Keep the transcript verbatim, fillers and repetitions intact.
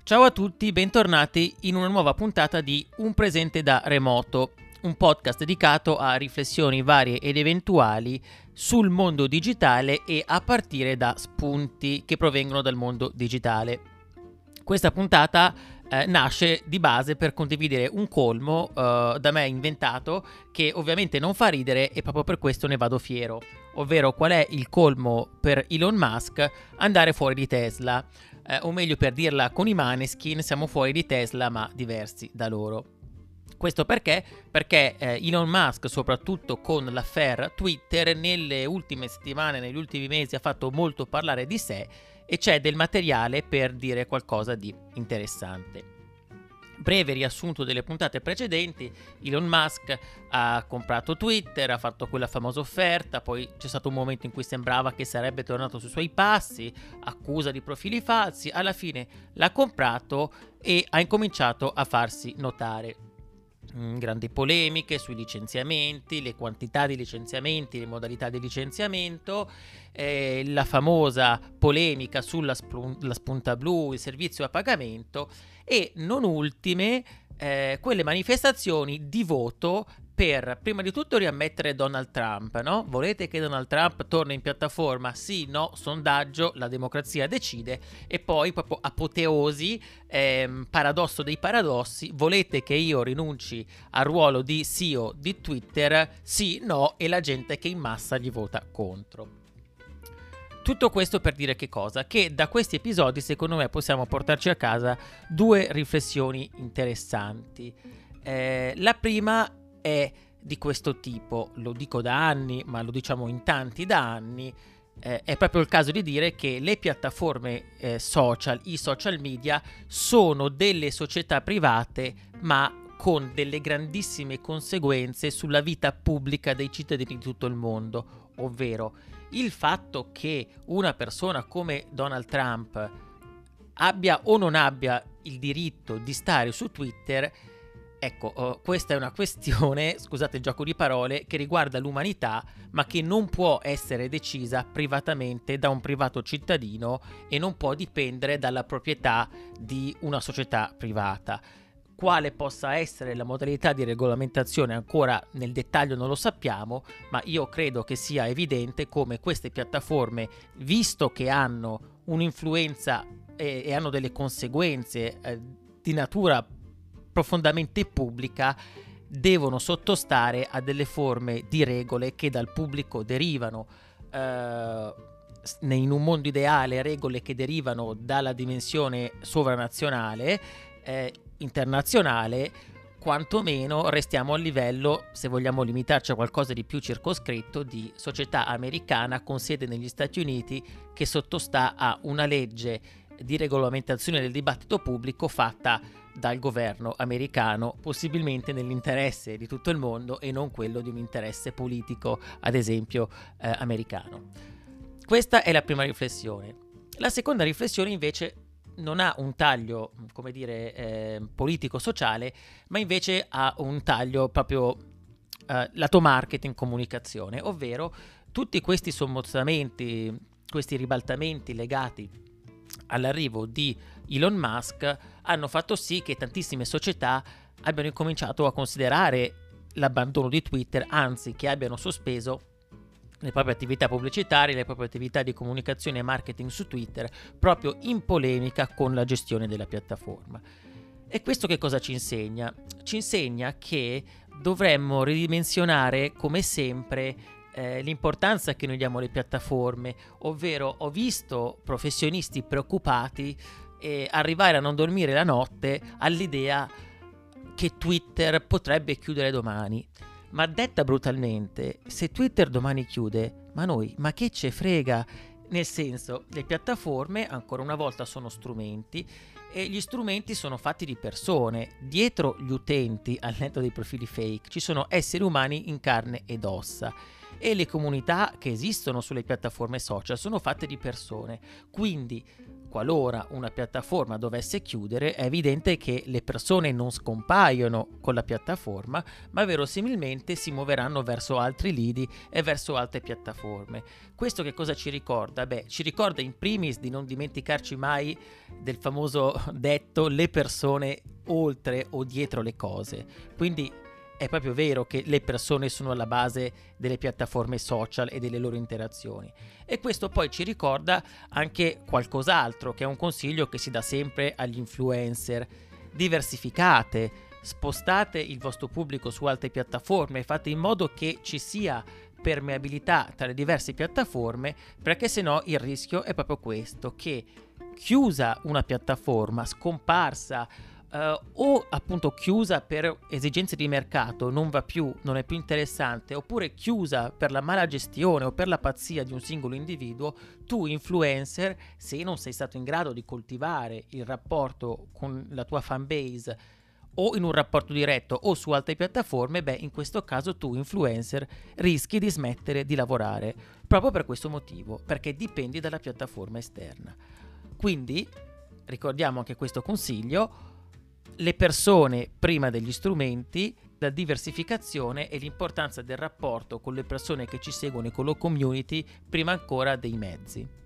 Ciao a tutti, bentornati in una nuova puntata di Un presente da remoto, un podcast dedicato a riflessioni varie ed eventuali sul mondo digitale e a partire da spunti che provengono dal mondo digitale. Questa puntata eh, nasce di base per condividere un colmo eh, da me inventato, che ovviamente non fa ridere e proprio per questo ne vado fiero, ovvero qual è il colmo per Elon Musk: andare fuori di Tesla. Eh, o meglio, per dirla con i Maneskin, siamo fuori di Tesla ma diversi da loro. Questo perché? Perché eh, Elon Musk, soprattutto con l'affaire Twitter, nelle ultime settimane, negli ultimi mesi ha fatto molto parlare di sé e c'è del materiale per dire qualcosa di interessante. Breve riassunto delle puntate precedenti: Elon Musk ha comprato Twitter, ha fatto quella famosa offerta, poi c'è stato un momento in cui sembrava che sarebbe tornato sui suoi passi, accusa di profili falsi, alla fine l'ha comprato e ha incominciato a farsi notare. Mm, grandi polemiche sui licenziamenti, le quantità di licenziamenti, le modalità di licenziamento, eh, la famosa polemica sulla splu- la spunta blu, il servizio a pagamento e non ultime eh, quelle manifestazioni di voto per prima di tutto riammettere Donald Trump, no? Volete che Donald Trump torni in piattaforma? Sì, no, sondaggio, la democrazia decide. E poi proprio apoteosi, ehm, paradosso dei paradossi: volete che io rinunci al ruolo di C E O di Twitter? Sì, no, e la gente che in massa gli vota contro. Tutto questo per dire che cosa? Che da questi episodi secondo me possiamo portarci a casa due riflessioni interessanti. Eh, la prima è di questo tipo, lo dico da anni, ma lo diciamo in tanti da anni, eh, è proprio il caso di dire che le piattaforme eh, social, i social media, sono delle società private, ma con delle grandissime conseguenze sulla vita pubblica dei cittadini di tutto il mondo, ovvero il fatto che una persona come Donald Trump abbia o non abbia il diritto di stare su Twitter. Ecco, uh, questa è una questione, scusate il gioco di parole, che riguarda l'umanità, ma che non può essere decisa privatamente da un privato cittadino e non può dipendere dalla proprietà di una società privata. Quale possa essere la modalità di regolamentazione ancora nel dettaglio non lo sappiamo, ma io credo che sia evidente come queste piattaforme, visto che hanno un'influenza e, e hanno delle conseguenze eh, di natura profondamente pubblica, devono sottostare a delle forme di regole che dal pubblico derivano. Eh, in un mondo ideale, regole che derivano dalla dimensione sovranazionale, eh, internazionale, quantomeno restiamo a livello, se vogliamo limitarci a qualcosa di più circoscritto, di società americana con sede negli Stati Uniti, che sottostà a una legge di regolamentazione del dibattito pubblico fatta dal governo americano, possibilmente nell'interesse di tutto il mondo e non quello di un interesse politico, ad esempio eh, americano. Questa è la prima riflessione. La seconda riflessione invece non ha un taglio, come dire, eh, politico-sociale, ma invece ha un taglio proprio eh, lato marketing, comunicazione, ovvero tutti questi sommozamenti, questi ribaltamenti legati all'arrivo di Elon Musk hanno fatto sì che tantissime società abbiano incominciato a considerare l'abbandono di Twitter, anzi che abbiano sospeso le proprie attività pubblicitarie, le proprie attività di comunicazione e marketing su Twitter, proprio in polemica con la gestione della piattaforma. E questo che cosa ci insegna? Ci insegna che dovremmo ridimensionare come sempre eh, l'importanza che noi diamo alle piattaforme, ovvero ho visto professionisti preoccupati eh, arrivare a non dormire la notte all'idea che Twitter potrebbe chiudere domani. Ma detta brutalmente, se Twitter domani chiude, ma noi, ma che ce frega? Nel senso, le piattaforme ancora una volta sono strumenti e gli strumenti sono fatti di persone. Dietro gli utenti, al netto dei profili fake, ci sono esseri umani in carne ed ossa. e le comunità che esistono sulle piattaforme social sono fatte di persone, quindi qualora una piattaforma dovesse chiudere è evidente che le persone non scompaiono con la piattaforma, ma verosimilmente si muoveranno verso altri lidi e verso altre piattaforme. Questo che cosa ci ricorda? Beh, ci ricorda in primis di non dimenticarci mai del famoso detto le persone oltre o dietro le cose. Quindi è proprio vero che le persone sono alla base delle piattaforme social e delle loro interazioni, e questo poi ci ricorda anche qualcos'altro, che è un consiglio che si dà sempre agli influencer: diversificate, spostate il vostro pubblico su altre piattaforme, fate in modo che ci sia permeabilità tra le diverse piattaforme, perché sennò il rischio è proprio questo, che chiusa una piattaforma, scomparsa, Uh, o appunto chiusa per esigenze di mercato, non va più, non è più interessante, oppure chiusa per la mala gestione o per la pazzia di un singolo individuo, tu influencer, se non sei stato in grado di coltivare il rapporto con la tua fan base o in un rapporto diretto o su altre piattaforme, beh, in questo caso tu influencer rischi di smettere di lavorare proprio per questo motivo, perché dipendi dalla piattaforma esterna. Quindi ricordiamo anche questo consiglio: le persone prima degli strumenti, la diversificazione e l'importanza del rapporto con le persone che ci seguono e con la community prima ancora dei mezzi.